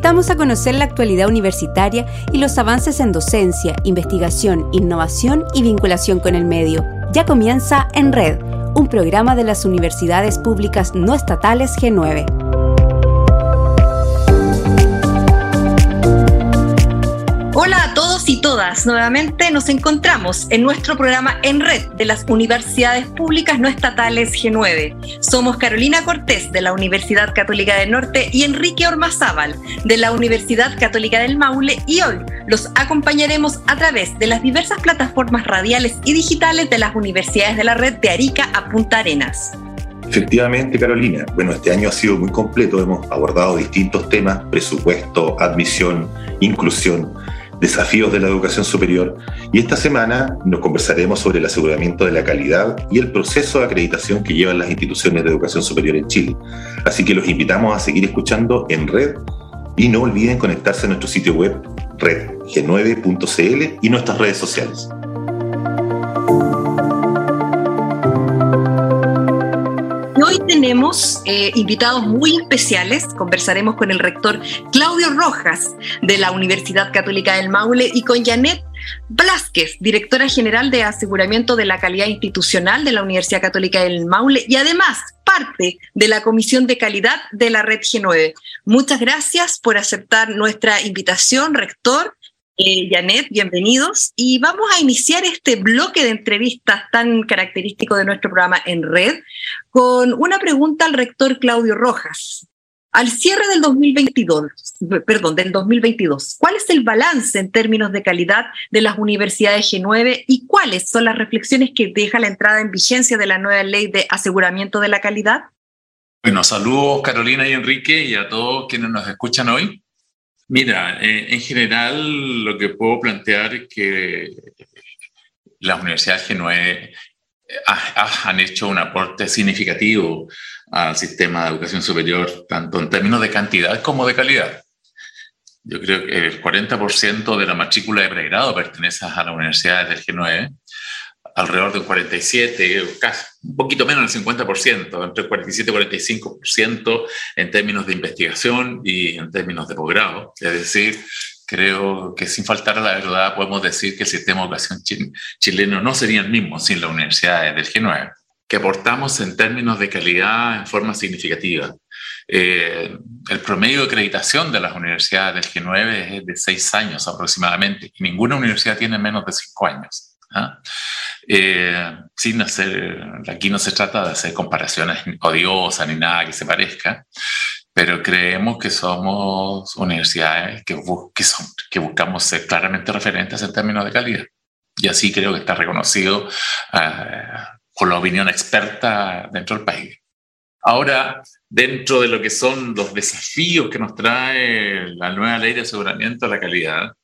invitamos a conocer la actualidad universitaria y los avances en docencia, investigación, innovación y vinculación con el medio. Ya comienza En Red, un programa de las universidades públicas no estatales G9. Hola a todos y todas, nuevamente nos encontramos en nuestro programa En Red de las Universidades Públicas No Estatales G9. Somos Carolina Cortés de la Universidad Católica del Norte y Enrique Ormazábal de la Universidad Católica del Maule, y hoy los acompañaremos a través de las diversas plataformas radiales y digitales de las universidades de la red de Arica a Punta Arenas. Efectivamente, Carolina. Bueno, este año ha sido muy completo, hemos abordado distintos temas: presupuesto, admisión, inclusión, desafíos de la educación superior, y esta semana nos conversaremos sobre el aseguramiento de la calidad y el proceso de acreditación que llevan las instituciones de educación superior en Chile. Así que los invitamos a seguir escuchando En Red y no olviden conectarse a nuestro sitio web redg9.cl y nuestras redes sociales. Hoy tenemos invitados muy especiales. Conversaremos con el rector Claudio Rojas de la Universidad Católica del Maule y con Janet Blázquez, directora general de Aseguramiento de la Calidad Institucional de la Universidad Católica del Maule y además parte de la Comisión de Calidad de la Red G9. Muchas gracias por aceptar nuestra invitación, rector. Janet, bienvenidos, y vamos a iniciar este bloque de entrevistas tan característico de nuestro programa En Red con una pregunta al rector Claudio Rojas. Al cierre del 2022, ¿cuál es el balance en términos de calidad de las universidades G9 y cuáles son las reflexiones que deja la entrada en vigencia de la nueva ley de aseguramiento de la calidad? Bueno, saludos Carolina y Enrique y a todos quienes nos escuchan hoy. Mira, en general lo que puedo plantear es que las universidades G9 han hecho un aporte significativo al sistema de educación superior, tanto en términos de cantidad como de calidad. Yo creo que el 40% de la matrícula de pregrado pertenece a las universidades del G9, alrededor del 47%, casi un poquito menos del 50%, entre el 47 y 45% en términos de investigación y en términos de posgrado. Es decir, creo que sin faltar a la verdad podemos decir que el sistema de educación chileno no sería el mismo sin las universidades del G9, que aportamos en términos de calidad en forma significativa. El promedio de acreditación de las universidades del G9 es de 6 años aproximadamente, y ninguna universidad tiene menos de 5 años. Aquí no se trata de hacer comparaciones odiosas ni nada que se parezca, pero creemos que somos universidades que buscamos ser claramente referentes en términos de calidad, y así creo que está reconocido por la opinión experta dentro del país. Ahora, dentro de lo que son los desafíos que nos trae la nueva ley de aseguramiento de la calidad,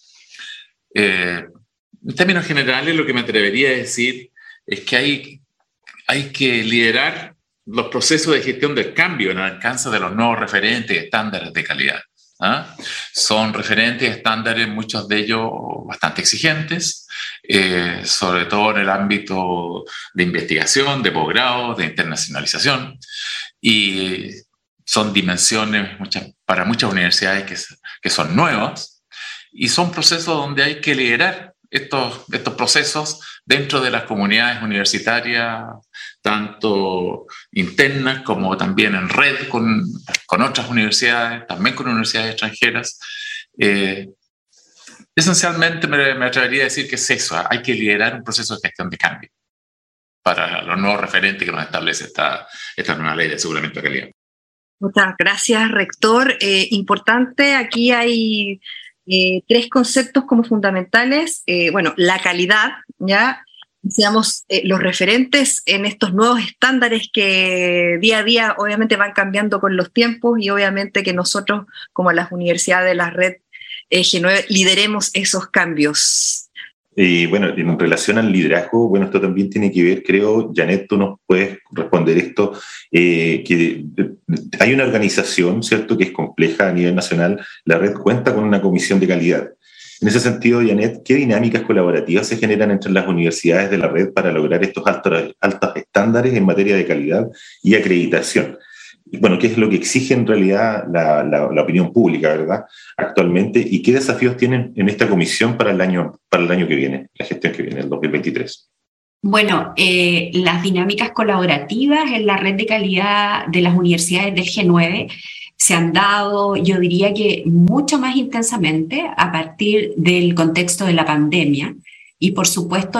en términos generales, lo que me atrevería a decir es que hay que liderar los procesos de gestión del cambio en el alcance de los nuevos referentes y estándares de calidad. Son referentes y estándares, muchos de ellos bastante exigentes, sobre todo en el ámbito de investigación, de posgrado, de internacionalización, y son dimensiones para muchas universidades que son nuevas, y son procesos donde hay que liderar estos procesos dentro de las comunidades universitarias, tanto internas como también en red con otras universidades, también con universidades extranjeras. Esencialmente me atrevería a decir que es eso: hay que liderar un proceso de gestión de cambio para los nuevos referentes que nos establece esta nueva ley de aseguramiento de calidad. Muchas gracias, rector. Importante, aquí hay 3 conceptos como fundamentales. La calidad, ya seamos los referentes en estos nuevos estándares que día a día obviamente van cambiando con los tiempos, y obviamente que nosotros como las universidades de la red G9 lideremos esos cambios. En relación al liderazgo, esto también tiene que ver, creo, Janet, tú nos puedes responder esto, que hay una organización, ¿cierto?, que es compleja a nivel nacional. La red cuenta con una comisión de calidad. En ese sentido, Janet, ¿qué dinámicas colaborativas se generan entre las universidades de la red para lograr estos altos estándares en materia de calidad y acreditación? bueno, qué es lo que exige en realidad la opinión pública, ¿verdad?, actualmente, y qué desafíos tienen en esta comisión para el año que viene, la gestión que viene, el 2023. Bueno, las dinámicas colaborativas en la red de calidad de las universidades del G9 se han dado, yo diría que mucho más intensamente a partir del contexto de la pandemia y, por supuesto,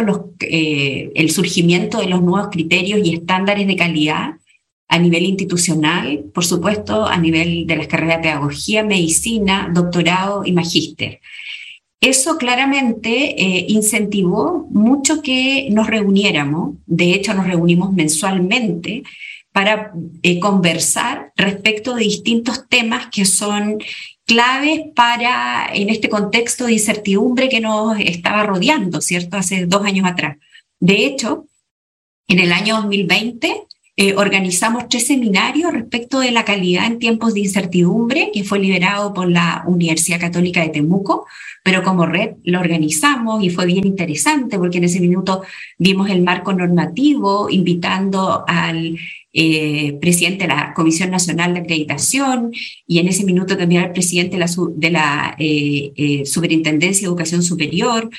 el surgimiento de los nuevos criterios y estándares de calidad a nivel institucional, por supuesto, a nivel de las carreras de pedagogía, medicina, doctorado y magíster. Eso claramente incentivó mucho que nos reuniéramos. De hecho, nos reunimos mensualmente para conversar respecto de distintos temas que son claves en este contexto de incertidumbre que nos estaba rodeando, ¿cierto?, hace 2 años atrás. De hecho, en el año 2020 organizamos 3 seminarios respecto de la calidad en tiempos de incertidumbre, que fue liderado por la Universidad Católica de Temuco, pero como red lo organizamos y fue bien interesante porque en ese minuto vimos el marco normativo, invitando al presidente de la Comisión Nacional de Acreditación y en ese minuto también al presidente de la Superintendencia de Educación Superior.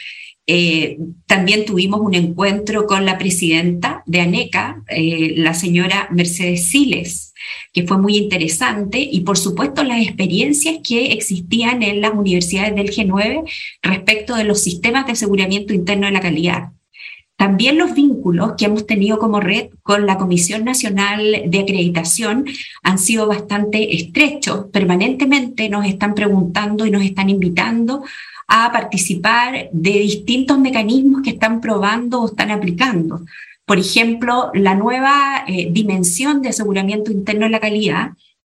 También tuvimos un encuentro con la presidenta de ANECA, la señora Mercedes Siles, que fue muy interesante, y por supuesto las experiencias que existían en las universidades del G9 respecto de los sistemas de aseguramiento interno de la calidad. También los vínculos que hemos tenido como red con la Comisión Nacional de Acreditación han sido bastante estrechos. Permanentemente nos están preguntando y nos están invitando a participar de distintos mecanismos que están probando o están aplicando. Por ejemplo, la nueva dimensión de aseguramiento interno de la calidad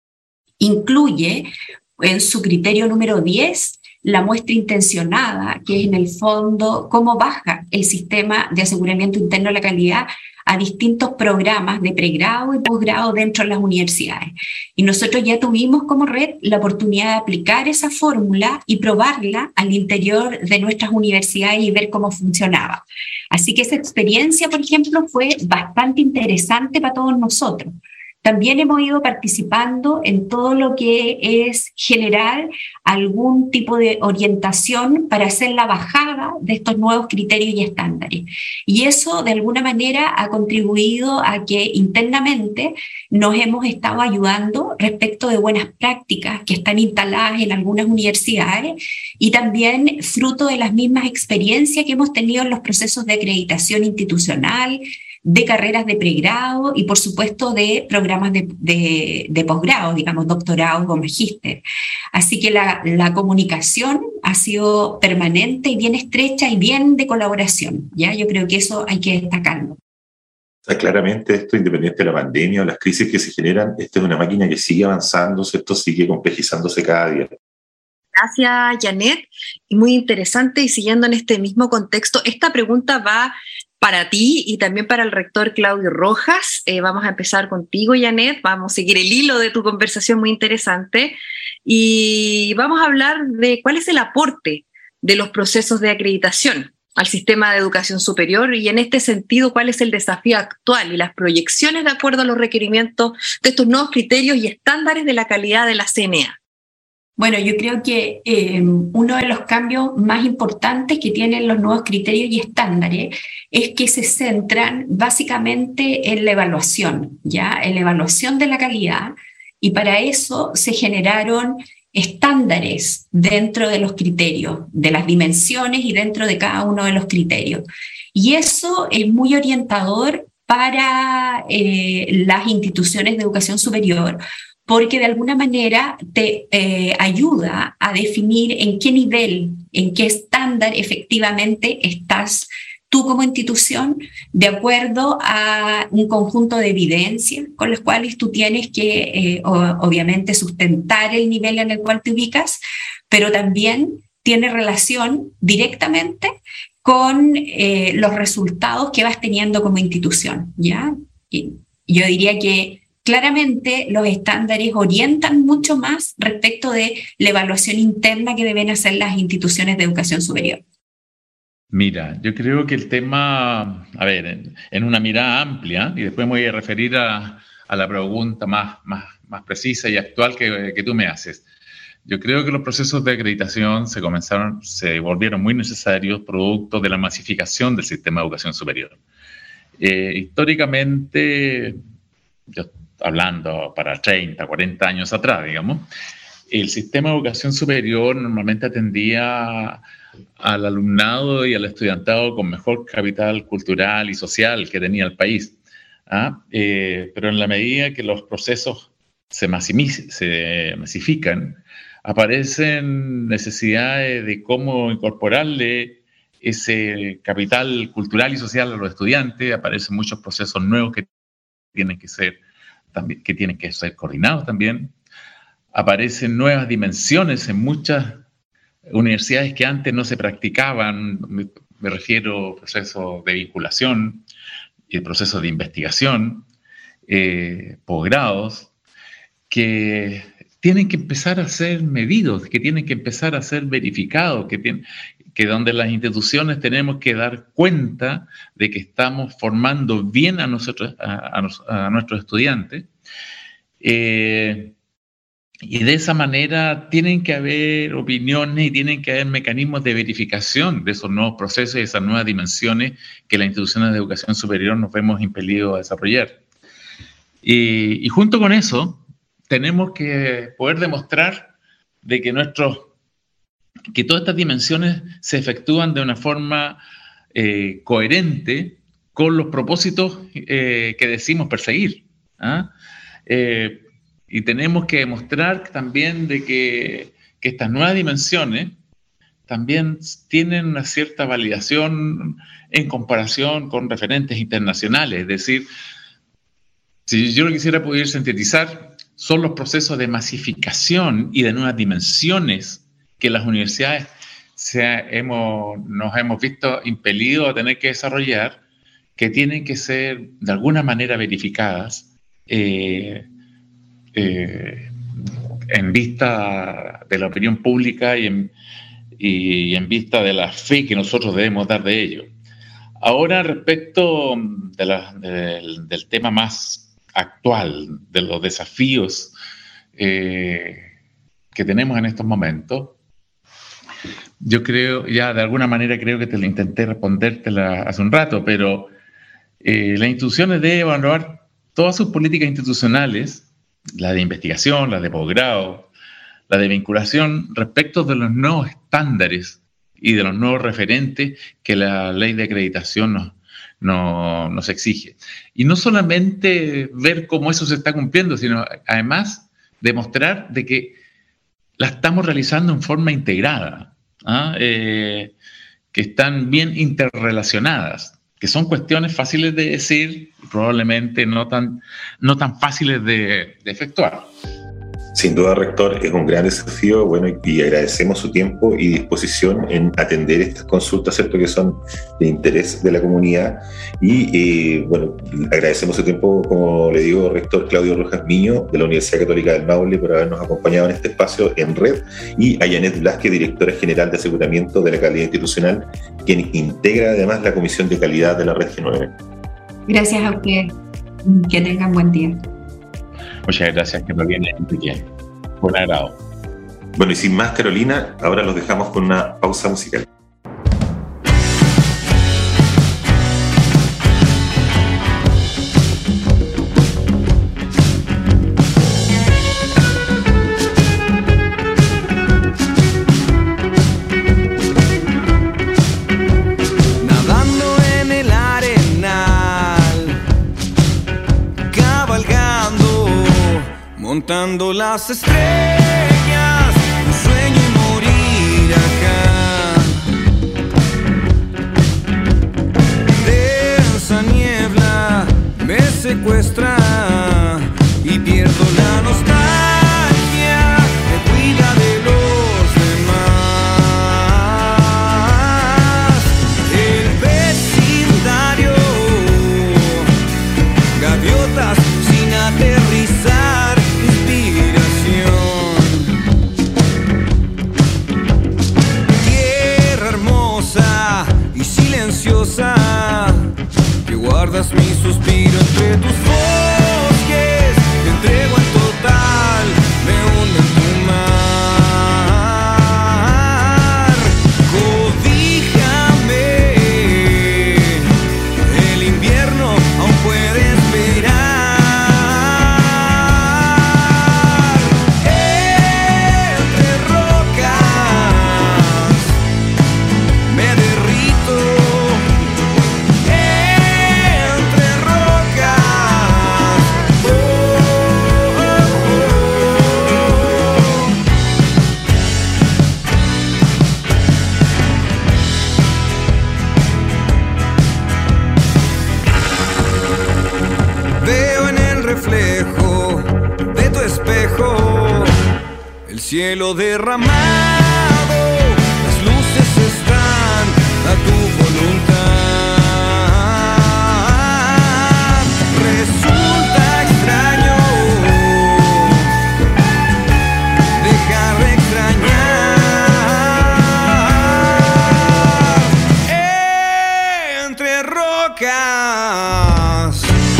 incluye en su criterio número 10 la muestra intencionada, que es en el fondo cómo baja el sistema de aseguramiento interno de la calidad a distintos programas de pregrado y posgrado dentro de las universidades. Y nosotros ya tuvimos como red la oportunidad de aplicar esa fórmula y probarla al interior de nuestras universidades y ver cómo funcionaba. Así que esa experiencia, por ejemplo, fue bastante interesante para todos nosotros. También hemos ido participando en todo lo que es generar algún tipo de orientación para hacer la bajada de estos nuevos criterios y estándares. Y eso, de alguna manera, ha contribuido a que internamente nos hemos estado ayudando respecto de buenas prácticas que están instaladas en algunas universidades y también fruto de las mismas experiencias que hemos tenido en los procesos de acreditación institucional, de carreras de pregrado y, por supuesto, de programas de posgrado, digamos, doctorado o magíster. Así que la comunicación ha sido permanente y bien estrecha y bien de colaboración, ¿ya? Yo creo que eso hay que destacarlo. O sea, claramente esto, independiente de la pandemia o las crisis que se generan, esta es una máquina que sigue avanzando, ¿cierto?, sigue complejizándose cada día. Gracias, Janet. Muy interesante, y siguiendo en este mismo contexto, esta pregunta va para ti y también para el rector Claudio Rojas. Vamos a empezar contigo, Janet. Vamos a seguir el hilo de tu conversación muy interesante y vamos a hablar de cuál es el aporte de los procesos de acreditación al sistema de educación superior y, en este sentido, cuál es el desafío actual y las proyecciones de acuerdo a los requerimientos de estos nuevos criterios y estándares de la calidad de la CNA. Bueno, yo creo que uno de los cambios más importantes que tienen los nuevos criterios y estándares es que se centran básicamente en la evaluación, ¿ya? En la evaluación de la calidad, y para eso se generaron estándares dentro de los criterios, de las dimensiones y dentro de cada uno de los criterios. Y eso es muy orientador para las instituciones de educación superior, porque de alguna manera te ayuda a definir en qué nivel, en qué estándar efectivamente estás tú como institución, de acuerdo a un conjunto de evidencias con las cuales tú tienes que, obviamente, sustentar el nivel en el cual te ubicas, pero también tiene relación directamente con los resultados que vas teniendo como institución, ¿ya? Y yo diría que claramente los estándares orientan mucho más respecto de la evaluación interna que deben hacer las instituciones de educación superior. Mira, yo creo que el tema, a ver, en una mirada amplia, y después me voy a referir a a la pregunta más precisa y actual que tú me haces. Yo creo que los procesos de acreditación se volvieron muy necesarios producto de la masificación del sistema de educación superior. Históricamente, yo hablando para 30, 40 años atrás, digamos, el sistema de educación superior normalmente atendía al alumnado y al estudiantado con mejor capital cultural y social que tenía el país. Pero en la medida que los procesos se masifican, aparecen necesidades de cómo incorporarle ese capital cultural y social a los estudiantes, aparecen muchos procesos nuevos que tienen que ser coordinados también, aparecen nuevas dimensiones en muchas universidades que antes no se practicaban, me refiero a procesos de vinculación, procesos de investigación, posgrados, que tienen que empezar a ser medidos, que tienen que empezar a ser verificados, que donde las instituciones tenemos que dar cuenta de que estamos formando bien a nuestros estudiantes. Y de esa manera tienen que haber opiniones y tienen que haber mecanismos de verificación de esos nuevos procesos y esas nuevas dimensiones que las instituciones de educación superior nos vemos impelidos a desarrollar. Y junto con eso, tenemos que poder demostrar de que todas estas dimensiones se efectúan de una forma coherente con los propósitos que decimos perseguir. Y tenemos que demostrar también de que estas nuevas dimensiones también tienen una cierta validación en comparación con referentes internacionales. Es decir, si yo lo quisiera poder sintetizar, son los procesos de masificación y de nuevas dimensiones que las universidades nos hemos visto impelidos a tener que desarrollar, que tienen que ser de alguna manera verificadas en vista de la opinión pública y en vista de la fe que nosotros debemos dar de ello. Ahora, respecto del tema más actual, de los desafíos que tenemos en estos momentos, yo creo, ya de alguna manera creo que te lo intenté respondértela hace un rato, pero las instituciones deben evaluar todas sus políticas institucionales, la de investigación, la de posgrado, la de vinculación, respecto de los nuevos estándares y de los nuevos referentes que la ley de acreditación nos exige. Y no solamente ver cómo eso se está cumpliendo, sino además demostrar de que la estamos realizando en forma integrada, que están bien interrelacionadas, que son cuestiones fáciles de decir y probablemente no tan fáciles de efectuar. Sin duda, rector, es un gran desafío, bueno, y agradecemos su tiempo y disposición en atender estas consultas, ¿cierto?, que son de interés de la comunidad. Y, bueno, agradecemos su tiempo, como le digo, rector Claudio Rojas Miño, de la Universidad Católica del Maule, por habernos acompañado en este espacio en red, y a Janet Blázquez, directora general de Aseguramiento de la Calidad Institucional, quien integra además la Comisión de Calidad de la Red G9. Gracias a usted. Que tengan buen día. Muchas gracias, Carolina, Enrique. Un agrado. Bueno, y sin más, Carolina, ahora los dejamos con una pausa musical. Nadando en el arenal, cabalgando, montando las estrellas, un sueño y morir acá. Densa niebla me secuestra y pierdo la nostalgia, me cuida de los demás. El vecindario, gaviotas sin aterrizar, y silenciosa, que guardas mi suspiro entre tus bosques. cielo derramado, las luces están a tu voluntad. Resulta extraño dejar de extrañar entre rocas.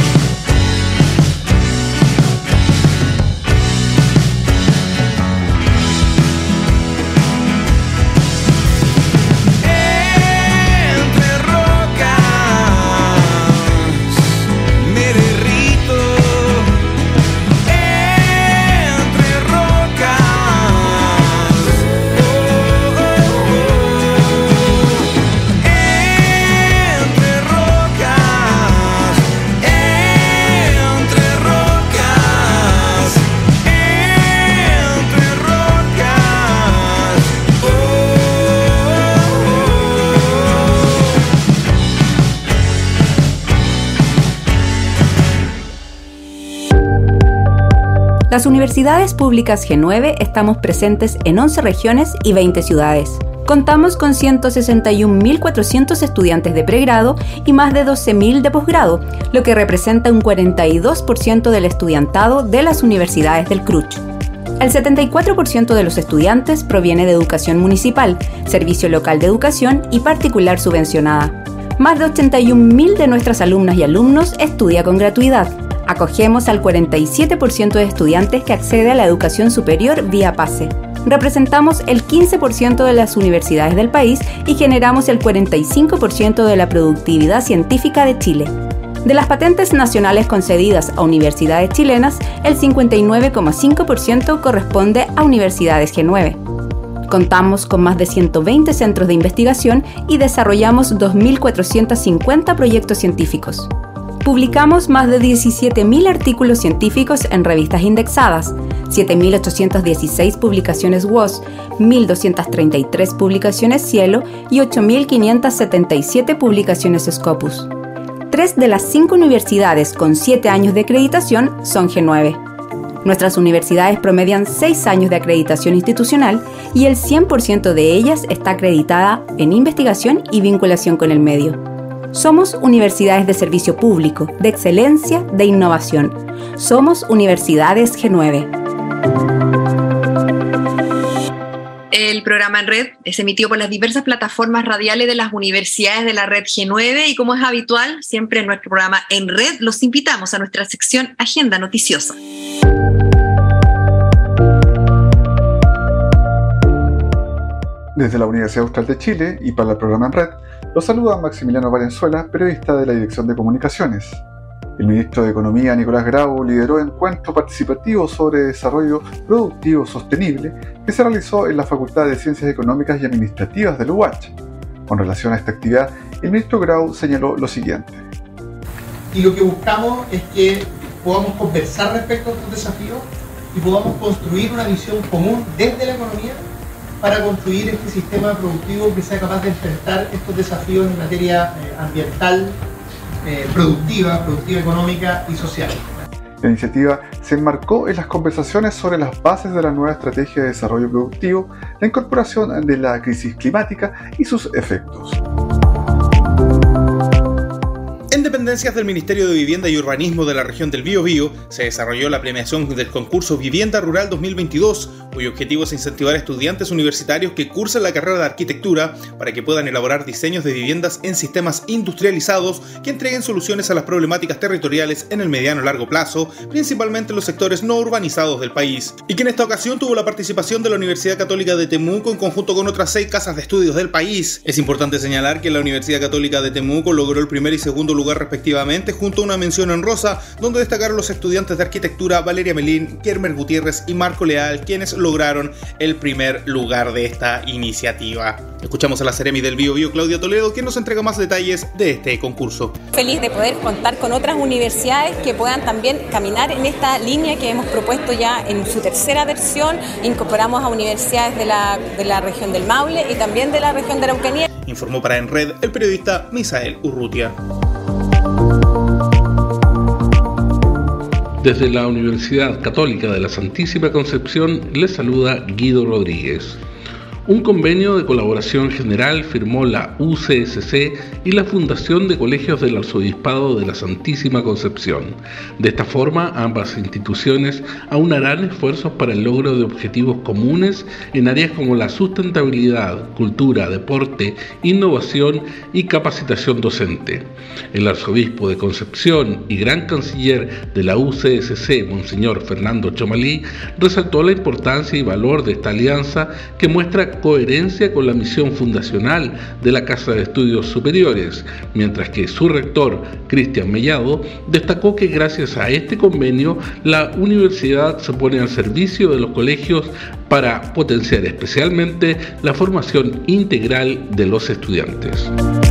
Las universidades públicas G9 estamos presentes en 11 regiones y 20 ciudades. Contamos con 161.400 estudiantes de pregrado y más de 12.000 de posgrado, lo que representa un 42% del estudiantado de las universidades del CRUCH. El 74% de los estudiantes proviene de educación municipal, servicio local de educación y particular subvencionada. Más de 81.000 de nuestras alumnas y alumnos estudia con gratuidad. Acogemos al 47% de estudiantes que accede a la educación superior vía PASE. Representamos el 15% de las universidades del país y generamos el 45% de la productividad científica de Chile. De las patentes nacionales concedidas a universidades chilenas, el 59,5% corresponde a universidades G9. Contamos con más de 120 centros de investigación y desarrollamos 2.450 proyectos científicos. Publicamos más de 17.000 artículos científicos en revistas indexadas, 7.816 publicaciones WOS, 1.233 publicaciones Cielo y 8.577 publicaciones Scopus. 3 de las 5 universidades con 7 años de acreditación son G9. Nuestras universidades promedian 6 años de acreditación institucional y el 100% de ellas está acreditada en investigación y vinculación con el medio. Somos universidades de servicio público, de excelencia, de innovación. Somos Universidades G9. El programa En Red es emitido por las diversas plataformas radiales de las universidades de la red G9 y, como es habitual, siempre en nuestro programa En Red los invitamos a nuestra sección Agenda Noticiosa. Desde la Universidad Austral de Chile y para el programa En Red, los saluda Maximiliano Valenzuela, periodista de la Dirección de Comunicaciones. El ministro de Economía, Nicolás Grau, lideró encuentro participativo sobre desarrollo productivo sostenible que se realizó en la Facultad de Ciencias Económicas y Administrativas de la UACH. Con relación a esta actividad, el ministro Grau señaló lo siguiente. Y lo que buscamos es que podamos conversar respecto a estos desafíos y podamos construir una visión común desde la economía para construir este sistema productivo que sea capaz de enfrentar estos desafíos en materia ambiental, productiva económica y social. La iniciativa se enmarcó en las conversaciones sobre las bases de la nueva estrategia de desarrollo productivo, la incorporación de la crisis climática y sus efectos. En dependencias del Ministerio de Vivienda y Urbanismo de la región del Biobío se desarrolló la premiación del concurso Vivienda Rural 2022, cuyo objetivo es incentivar a estudiantes universitarios que cursan la carrera de arquitectura para que puedan elaborar diseños de viviendas en sistemas industrializados que entreguen soluciones a las problemáticas territoriales en el mediano y largo plazo, principalmente en los sectores no urbanizados del país, y que en esta ocasión tuvo la participación de la Universidad Católica de Temuco en conjunto con otras 6 casas de estudios del país. Es importante señalar que la Universidad Católica de Temuco logró el primer y segundo lugar respectivamente, junto a una mención honrosa donde destacaron los estudiantes de arquitectura Valeria Melín, Kermer Gutiérrez y Marco Leal, quienes lograron el primer lugar de esta iniciativa. Escuchamos a la Seremi del Biobío, Claudia Toledo, quien nos entrega más detalles de este concurso. Feliz de poder contar con otras universidades que puedan también caminar en esta línea que hemos propuesto ya en su tercera versión. Incorporamos a universidades de la región del Maule y también de la región de Araucanía. Informó para En Red el periodista Misael Urrutia. Desde la Universidad Católica de la Santísima Concepción les saluda Guido Rodríguez. Un convenio de colaboración general firmó la UCSC y la Fundación de Colegios del Arzobispado de la Santísima Concepción. De esta forma, ambas instituciones aunarán esfuerzos para el logro de objetivos comunes en áreas como la sustentabilidad, cultura, deporte, innovación y capacitación docente. El arzobispo de Concepción y gran canciller de la UCSC, Monseñor Fernando Chomalí, resaltó la importancia y valor de esta alianza que muestra coherencia con la misión fundacional de la Casa de Estudios Superiores, mientras que su rector, Cristian Mellado, destacó que gracias a este convenio la universidad se pone al servicio de los colegios para potenciar especialmente la formación integral de los estudiantes.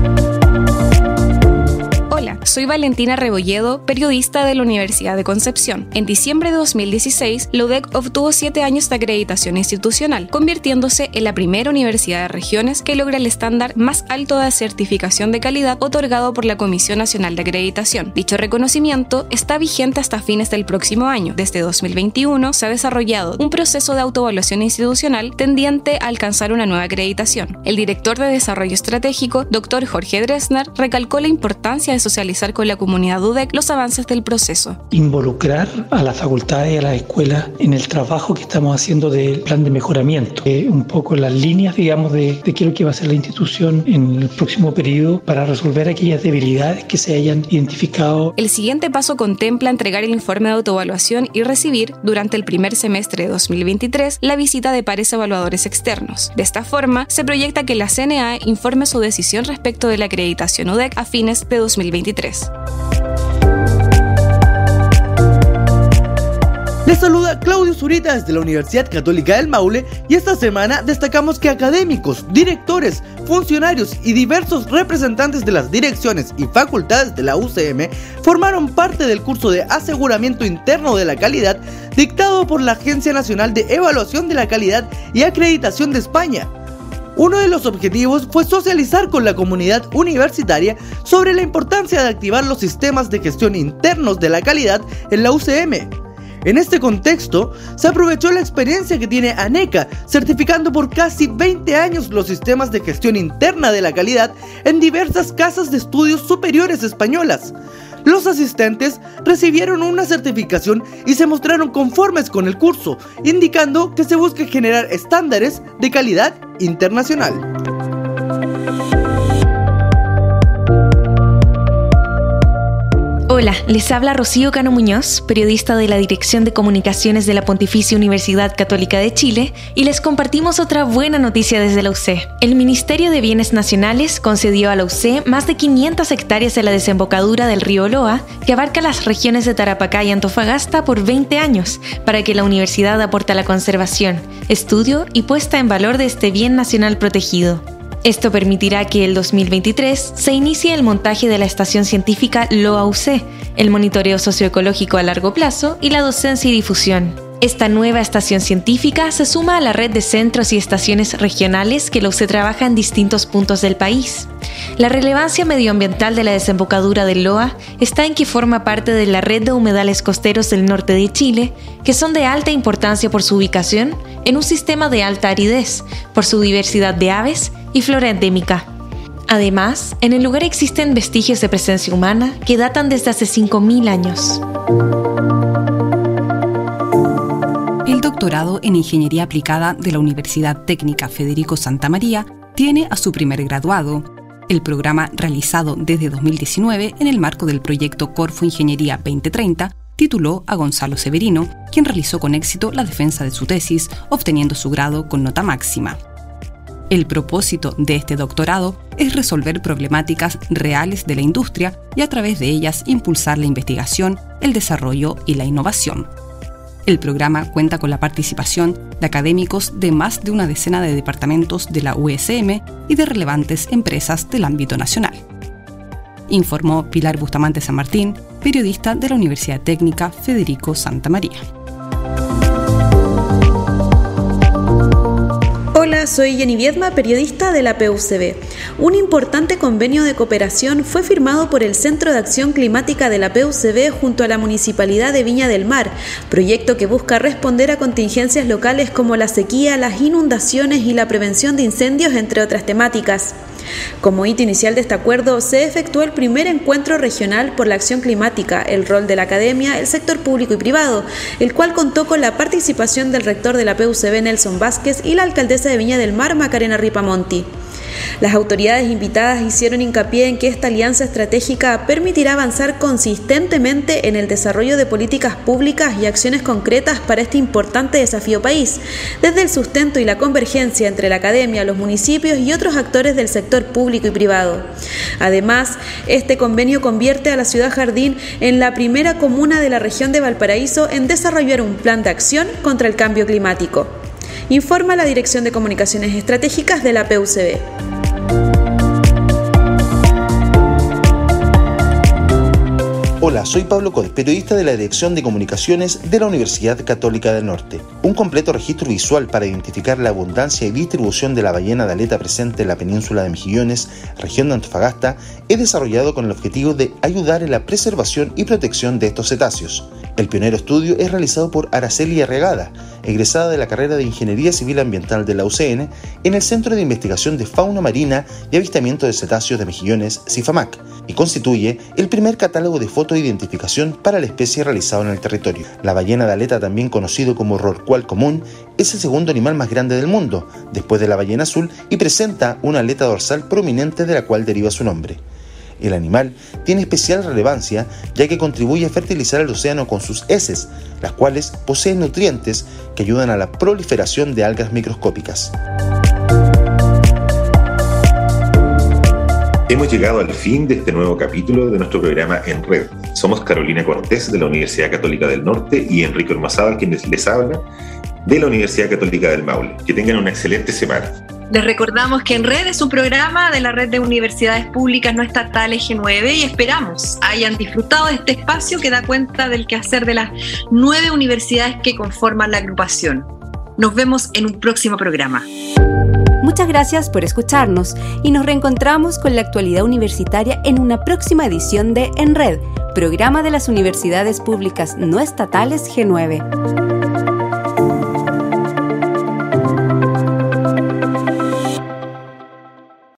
Hola, soy Valentina Rebolledo, periodista de la Universidad de Concepción. En diciembre de 2016, la UDEC obtuvo 7 años de acreditación institucional, convirtiéndose en la primera universidad de regiones que logra el estándar más alto de certificación de calidad otorgado por la Comisión Nacional de Acreditación. Dicho reconocimiento está vigente hasta fines del próximo año. Desde 2021 se ha desarrollado un proceso de autoevaluación institucional tendiente a alcanzar una nueva acreditación. El director de Desarrollo Estratégico, Dr. Jorge Dresner, recalcó la importancia de socializar con la comunidad UDEC los avances del proceso. Involucrar a las facultades y a las escuelas en el trabajo que estamos haciendo del plan de mejoramiento. Un poco las líneas, digamos, de qué es lo que va a hacer la institución en el próximo periodo para resolver aquellas debilidades que se hayan identificado. El siguiente paso contempla entregar el informe de autoevaluación y recibir, durante el primer semestre de 2023, la visita de pares evaluadores externos. De esta forma, se proyecta que la CNA informe su decisión respecto de la acreditación UDEC a fines de 2023. Les saluda Claudio Zurita desde la Universidad Católica del Maule y esta semana destacamos que académicos, directores, funcionarios y diversos representantes de las direcciones y facultades de la UCM formaron parte del curso de aseguramiento interno de la calidad dictado por la Agencia Nacional de Evaluación de la Calidad y Acreditación de España. Uno de los objetivos fue socializar con la comunidad universitaria sobre la importancia de activar los sistemas de gestión internos de la calidad en la UCM. En este contexto, se aprovechó la experiencia que tiene ANECA, certificando por casi 20 años los sistemas de gestión interna de la calidad en diversas casas de estudios superiores españolas. Los asistentes recibieron una certificación y se mostraron conformes con el curso, indicando que se busca generar estándares de calidad internacional. Hola, les habla Rocío Cano Muñoz, periodista de la Dirección de Comunicaciones de la Pontificia Universidad Católica de Chile, y les compartimos otra buena noticia desde la UC. El Ministerio de Bienes Nacionales concedió a la UC más de 500 hectáreas de la desembocadura del río Loa, que abarca las regiones de Tarapacá y Antofagasta por 20 años, para que la universidad aporte a la conservación, estudio y puesta en valor de este bien nacional protegido. Esto permitirá que el 2023 se inicie el montaje de la estación científica LOA-UC, el monitoreo socioecológico a largo plazo y la docencia y difusión. Esta nueva estación científica se suma a la red de centros y estaciones regionales que la UC trabaja en distintos puntos del país. La relevancia medioambiental de la desembocadura del Loa está en que forma parte de la red de humedales costeros del norte de Chile, que son de alta importancia por su ubicación en un sistema de alta aridez, por su diversidad de aves y flora endémica. Además, en el lugar existen vestigios de presencia humana que datan desde hace 5.000 años. El doctorado en Ingeniería Aplicada de la Universidad Técnica Federico Santa María tiene a su primer graduado. El programa, realizado desde 2019 en el marco del proyecto Corfo Ingeniería 2030, tituló a Gonzalo Severino, quien realizó con éxito la defensa de su tesis, obteniendo su grado con nota máxima. El propósito de este doctorado es resolver problemáticas reales de la industria y a través de ellas impulsar la investigación, el desarrollo y la innovación. El programa cuenta con la participación de académicos de más de una decena de departamentos de la USM y de relevantes empresas del ámbito nacional. Informó Pilar Bustamante San Martín, periodista de la Universidad Técnica Federico Santa María. Hola, soy Jenny Viedma, periodista de la PUCB. Un importante convenio de cooperación fue firmado por el Centro de Acción Climática de la PUCB junto a la Municipalidad de Viña del Mar, proyecto que busca responder a contingencias locales como la sequía, las inundaciones y la prevención de incendios, entre otras temáticas. Como hito inicial de este acuerdo, se efectuó el primer encuentro regional por la acción climática, el rol de la academia, el sector público y privado, el cual contó con la participación del rector de la PUCB, Nelson Vázquez, y la alcaldesa de Viña del Mar, Macarena Ripamonti. Las autoridades invitadas hicieron hincapié en que esta alianza estratégica permitirá avanzar consistentemente en el desarrollo de políticas públicas y acciones concretas para este importante desafío país, desde el sustento y la convergencia entre la academia, los municipios y otros actores del sector público y privado. Además, este convenio convierte a la Ciudad Jardín en la primera comuna de la región de Valparaíso en desarrollar un plan de acción contra el cambio climático. Informa la Dirección de Comunicaciones Estratégicas de la PUCB. Hola, soy Pablo Coy, periodista de la Dirección de Comunicaciones de la Universidad Católica del Norte. Un completo registro visual para identificar la abundancia y distribución de la ballena de aleta presente en la península de Mejillones, región de Antofagasta, es desarrollado con el objetivo de ayudar en la preservación y protección de estos cetáceos. El pionero estudio es realizado por Araceli Arregada, egresada de la carrera de Ingeniería Civil Ambiental de la UCN, en el Centro de Investigación de Fauna Marina y Avistamiento de Cetáceos de Mejillones, CIFAMAC, y constituye el primer catálogo de fotoidentificación para la especie realizado en el territorio. La ballena de aleta, también conocido como rorcual común, es el segundo animal más grande del mundo, después de la ballena azul, y presenta una aleta dorsal prominente de la cual deriva su nombre. El animal tiene especial relevancia ya que contribuye a fertilizar el océano con sus heces, las cuales poseen nutrientes que ayudan a la proliferación de algas microscópicas. Hemos llegado al fin de este nuevo capítulo de nuestro programa En Red. Somos Carolina Cortés de la Universidad Católica del Norte y Enrique Ormazábal, quienes les habla, de la Universidad Católica del Maule. Que tengan una excelente semana. Les recordamos que En Red es un programa de la Red de Universidades Públicas No Estatales G9 y esperamos hayan disfrutado de este espacio que da cuenta del quehacer de las 9 universidades que conforman la agrupación. Nos vemos en un próximo programa. Muchas gracias por escucharnos y nos reencontramos con la actualidad universitaria en una próxima edición de En Red, programa de las Universidades Públicas No Estatales G9.